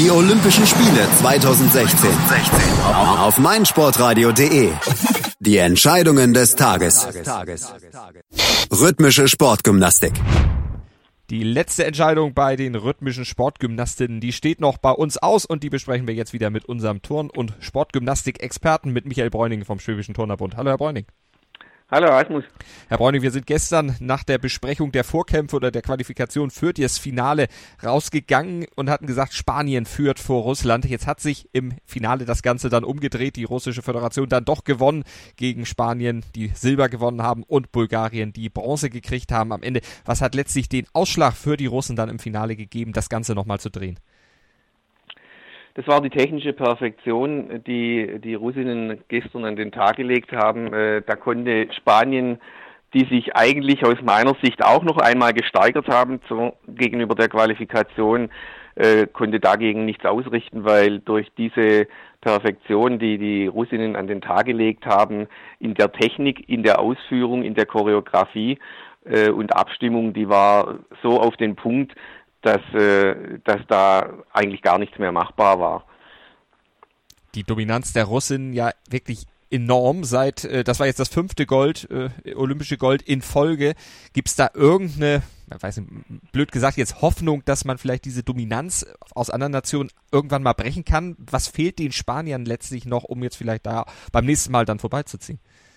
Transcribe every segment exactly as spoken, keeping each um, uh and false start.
Die Olympischen Spiele zwanzig sechzehn auf meinsportradio punkt de. Die Entscheidungen des Tages. Rhythmische Sportgymnastik. Die letzte Entscheidung bei den rhythmischen Sportgymnastinnen, die steht noch bei uns aus und die besprechen wir jetzt wieder mit unserem Turn- und Sportgymnastik-Experten, mit Michael Bräuning vom Schwäbischen Turnerbund. Hallo Herr Bräuning. Hallo Asmus. Herr Bräuning, wir sind gestern nach der Besprechung der Vorkämpfe oder der Qualifikation für das Finale rausgegangen und hatten gesagt, Spanien führt vor Russland. Jetzt hat sich im Finale das Ganze dann umgedreht, die russische Föderation dann doch gewonnen gegen Spanien, die Silber gewonnen haben, und Bulgarien, die Bronze gekriegt haben am Ende. Was hat letztlich den Ausschlag für die Russen dann im Finale gegeben, das Ganze nochmal zu drehen? Das war die technische Perfektion, die die Russinnen gestern an den Tag gelegt haben. Äh, da konnte Spanien, die sich eigentlich aus meiner Sicht auch noch einmal gesteigert haben zu, gegenüber der Qualifikation, äh, konnte dagegen nichts ausrichten, weil durch diese Perfektion, die die Russinnen an den Tag gelegt haben, in der Technik, in der Ausführung, in der Choreografie äh, und Abstimmung, die war so auf den Punkt, dass, äh, dass da eigentlich gar nichts mehr machbar war. Die Dominanz der Russinnen ja wirklich enorm. Seit, äh, das war jetzt das fünfte Gold, äh, olympische Gold in Folge. Gibt's da irgendeine, ich weiß nicht, blöd gesagt jetzt, Hoffnung, dass man vielleicht diese Dominanz aus anderen Nationen irgendwann mal brechen kann? Was fehlt den Spaniern letztlich noch, um jetzt vielleicht da beim nächsten Mal dann vorbeizuziehen?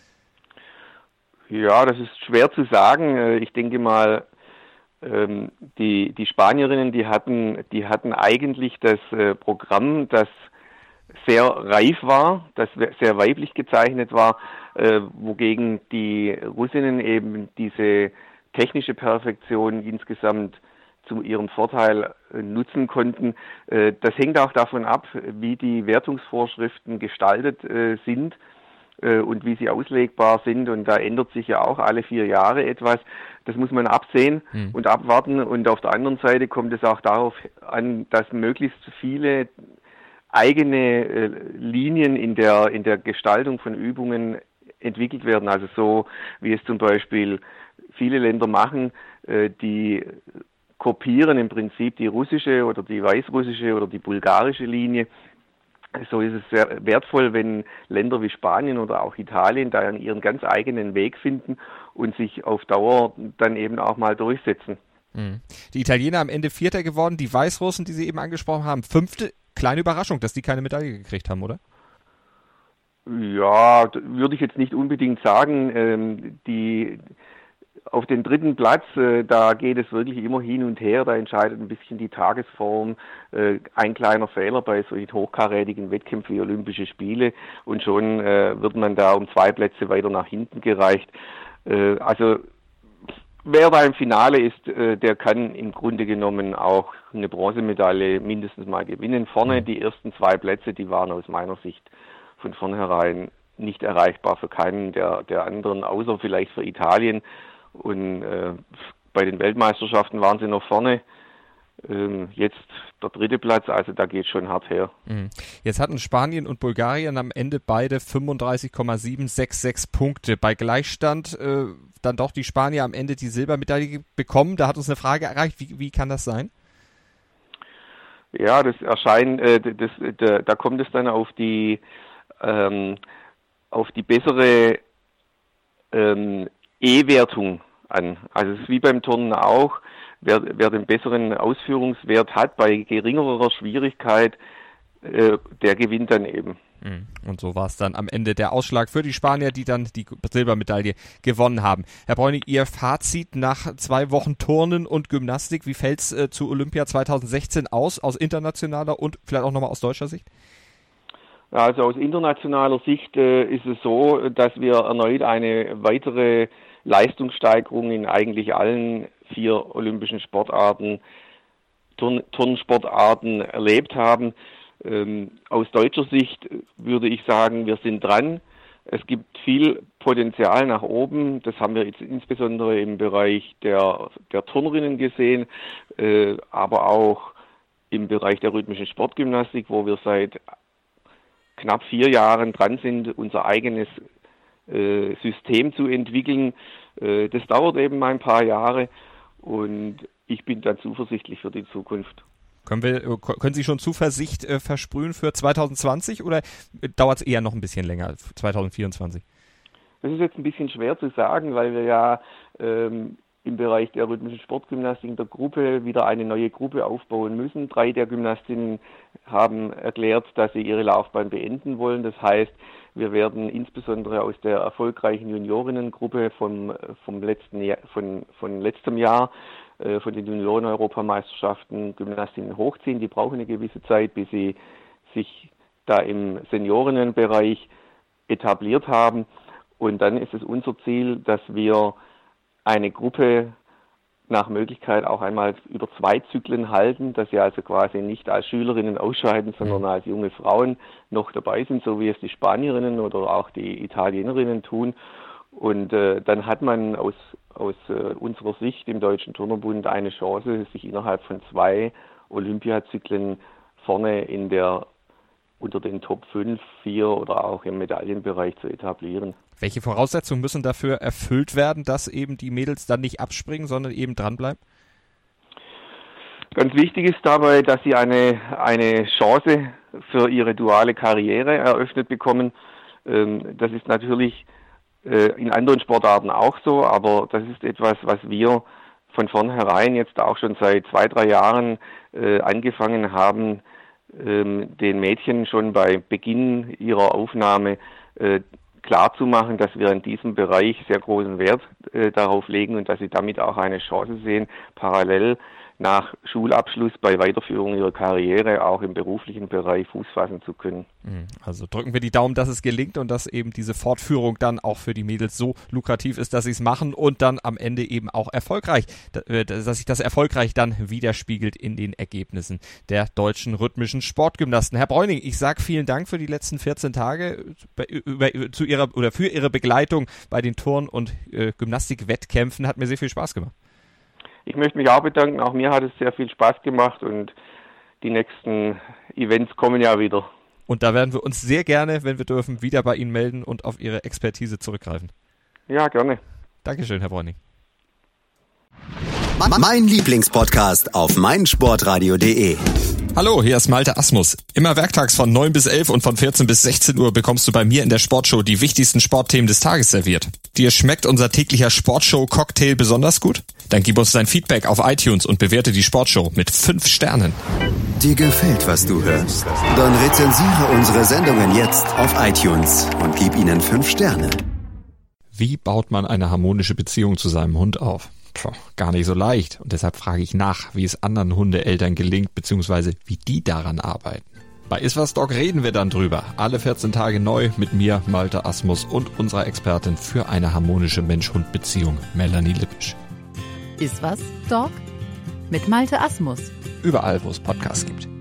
Ja, das ist schwer zu sagen. Ich denke mal, Die, die Spanierinnen, die hatten, die hatten eigentlich das äh, Programm, das sehr reif war, das sehr weiblich gezeichnet war, äh, wogegen die Russinnen eben diese technische Perfektion insgesamt zu ihrem Vorteil äh, nutzen konnten. Äh, das hängt auch davon ab, wie die Wertungsvorschriften gestaltet äh, sind und wie sie auslegbar sind, und da ändert sich ja auch alle vier Jahre etwas. Das muss man absehen hm. und abwarten, und auf der anderen Seite kommt es auch darauf an, dass möglichst viele eigene äh, Linien in der in der Gestaltung von Übungen entwickelt werden, also so wie es zum Beispiel viele Länder machen, äh, die kopieren im Prinzip die russische oder die weißrussische oder die bulgarische Linie. So ist es sehr wertvoll, wenn Länder wie Spanien oder auch Italien da ihren ganz eigenen Weg finden und sich auf Dauer dann eben auch mal durchsetzen. Die Italiener am Ende Vierter geworden, die Weißrussen, die Sie eben angesprochen haben, Fünfte. Kleine Überraschung, dass die keine Medaille gekriegt haben, oder? Ja, würde ich jetzt nicht unbedingt sagen. Ähm, die Auf den dritten Platz, äh, da geht es wirklich immer hin und her, da entscheidet ein bisschen die Tagesform, äh, ein kleiner Fehler bei solchen hochkarätigen Wettkämpfen wie Olympische Spiele, und schon äh, wird man da um zwei Plätze weiter nach hinten gereicht. Äh, also wer da im Finale ist, äh, der kann im Grunde genommen auch eine Bronzemedaille mindestens mal gewinnen. Vorne die ersten zwei Plätze, die waren aus meiner Sicht von vornherein nicht erreichbar für keinen der, der anderen, außer vielleicht für Italien. Und äh, bei den Weltmeisterschaften waren sie noch vorne. Ähm, jetzt der dritte Platz, also da geht es schon hart her. Jetzt hatten Spanien und Bulgarien am Ende beide fünfunddreißig Komma sieben sechs sechs Punkte. Bei Gleichstand äh, dann doch die Spanier am Ende die Silbermedaille bekommen. Da hat uns eine Frage erreicht, wie, wie kann das sein? Ja, das erscheint, äh, das, da, da kommt es dann auf die ähm, auf die bessere ähm, E-Wertung an. Also es ist wie beim Turnen auch, wer, wer den besseren Ausführungswert hat bei geringerer Schwierigkeit, äh, der gewinnt dann eben. Und so war es dann am Ende der Ausschlag für die Spanier, die dann die Silbermedaille gewonnen haben. Herr Bräuning, Ihr Fazit nach zwei Wochen Turnen und Gymnastik, wie fällt es äh, zu Olympia zwanzig sechzehn aus, aus internationaler und vielleicht auch nochmal aus deutscher Sicht? Also aus internationaler Sicht äh, ist es so, dass wir erneut eine weitere Leistungssteigerung in eigentlich allen vier olympischen Sportarten, Turn, Turnsportarten erlebt haben. Ähm, aus deutscher Sicht würde ich sagen, wir sind dran. Es gibt viel Potenzial nach oben. Das haben wir jetzt insbesondere im Bereich der, der Turnerinnen gesehen, äh, aber auch im Bereich der rhythmischen Sportgymnastik, wo wir seit knapp vier Jahren dran sind, unser eigenes äh, System zu entwickeln. Äh, das dauert eben ein paar Jahre, und ich bin da zuversichtlich für die Zukunft. Können Können wir, können Sie schon Zuversicht äh, versprühen für zwanzig zwanzig oder dauert es eher noch ein bisschen länger, zwanzig vierundzwanzig? Das ist jetzt ein bisschen schwer zu sagen, weil wir ja ähm, im Bereich der rhythmischen Sportgymnastik in der Gruppe wieder eine neue Gruppe aufbauen müssen. Drei der Gymnastinnen haben erklärt, dass sie ihre Laufbahn beenden wollen. Das heißt, wir werden insbesondere aus der erfolgreichen Juniorinnengruppe vom, vom letzten Jahr, von, von letztem Jahr, äh, von den Junioren-Europameisterschaften Gymnastinnen hochziehen. Die brauchen eine gewisse Zeit, bis sie sich da im Seniorinnenbereich etabliert haben. Und dann ist es unser Ziel, dass wir eine Gruppe nach Möglichkeit auch einmal über zwei Zyklen halten, dass sie also quasi nicht als Schülerinnen ausscheiden, sondern als junge Frauen noch dabei sind, so wie es die Spanierinnen oder auch die Italienerinnen tun. Und äh, dann hat man aus, aus äh, unserer Sicht im Deutschen Turnerbund eine Chance, sich innerhalb von zwei Olympiazyklen vorne in der unter den Top fünf, vier oder auch im Medaillenbereich zu etablieren. Welche Voraussetzungen müssen dafür erfüllt werden, dass eben die Mädels dann nicht abspringen, sondern eben dranbleiben? Ganz wichtig ist dabei, dass sie eine, eine Chance für ihre duale Karriere eröffnet bekommen. Das ist natürlich in anderen Sportarten auch so, aber das ist etwas, was wir von vornherein jetzt auch schon seit zwei, drei Jahren angefangen haben, den Mädchen schon bei Beginn ihrer Aufnahme äh, klarzumachen, dass wir in diesem Bereich sehr großen Wert äh, darauf legen und dass sie damit auch eine Chance sehen, parallel nach Schulabschluss bei Weiterführung ihrer Karriere auch im beruflichen Bereich Fuß fassen zu können. Also drücken wir die Daumen, dass es gelingt und dass eben diese Fortführung dann auch für die Mädels so lukrativ ist, dass sie es machen und dann am Ende eben auch erfolgreich, dass sich das erfolgreich dann widerspiegelt in den Ergebnissen der deutschen rhythmischen Sportgymnasten. Herr Bräuning, ich sage vielen Dank für die letzten vierzehn Tage über, zu ihrer oder für Ihre Begleitung bei den Turn- und äh, Gymnastikwettkämpfen. Hat mir sehr viel Spaß gemacht. Ich möchte mich auch bedanken. Auch mir hat es sehr viel Spaß gemacht und die nächsten Events kommen ja wieder. Und da werden wir uns sehr gerne, wenn wir dürfen, wieder bei Ihnen melden und auf Ihre Expertise zurückgreifen. Ja, gerne. Dankeschön, Herr Bräuning. Mein Lieblingspodcast auf meinsportradio punkt de. Hallo, hier ist Malte Asmus. Immer werktags von neun bis elf und von vierzehn bis sechzehn Uhr bekommst du bei mir in der Sportshow die wichtigsten Sportthemen des Tages serviert. Dir schmeckt unser täglicher Sportshow-Cocktail besonders gut? Dann gib uns dein Feedback auf iTunes und bewerte die Sportshow mit fünf Sternen. Dir gefällt, was du hörst? Dann rezensiere unsere Sendungen jetzt auf iTunes und gib ihnen fünf Sterne. Wie baut man eine harmonische Beziehung zu seinem Hund auf? Puh, gar nicht so leicht. Und deshalb frage ich nach, wie es anderen Hundeeltern gelingt, beziehungsweise wie die daran arbeiten. Bei Iswas Dog reden wir dann drüber. Alle vierzehn Tage neu mit mir, Malte Asmus, und unserer Expertin für eine harmonische Mensch-Hund-Beziehung, Melanie Lippisch. Iswas Dog mit Malte Asmus. Überall, wo es Podcasts gibt.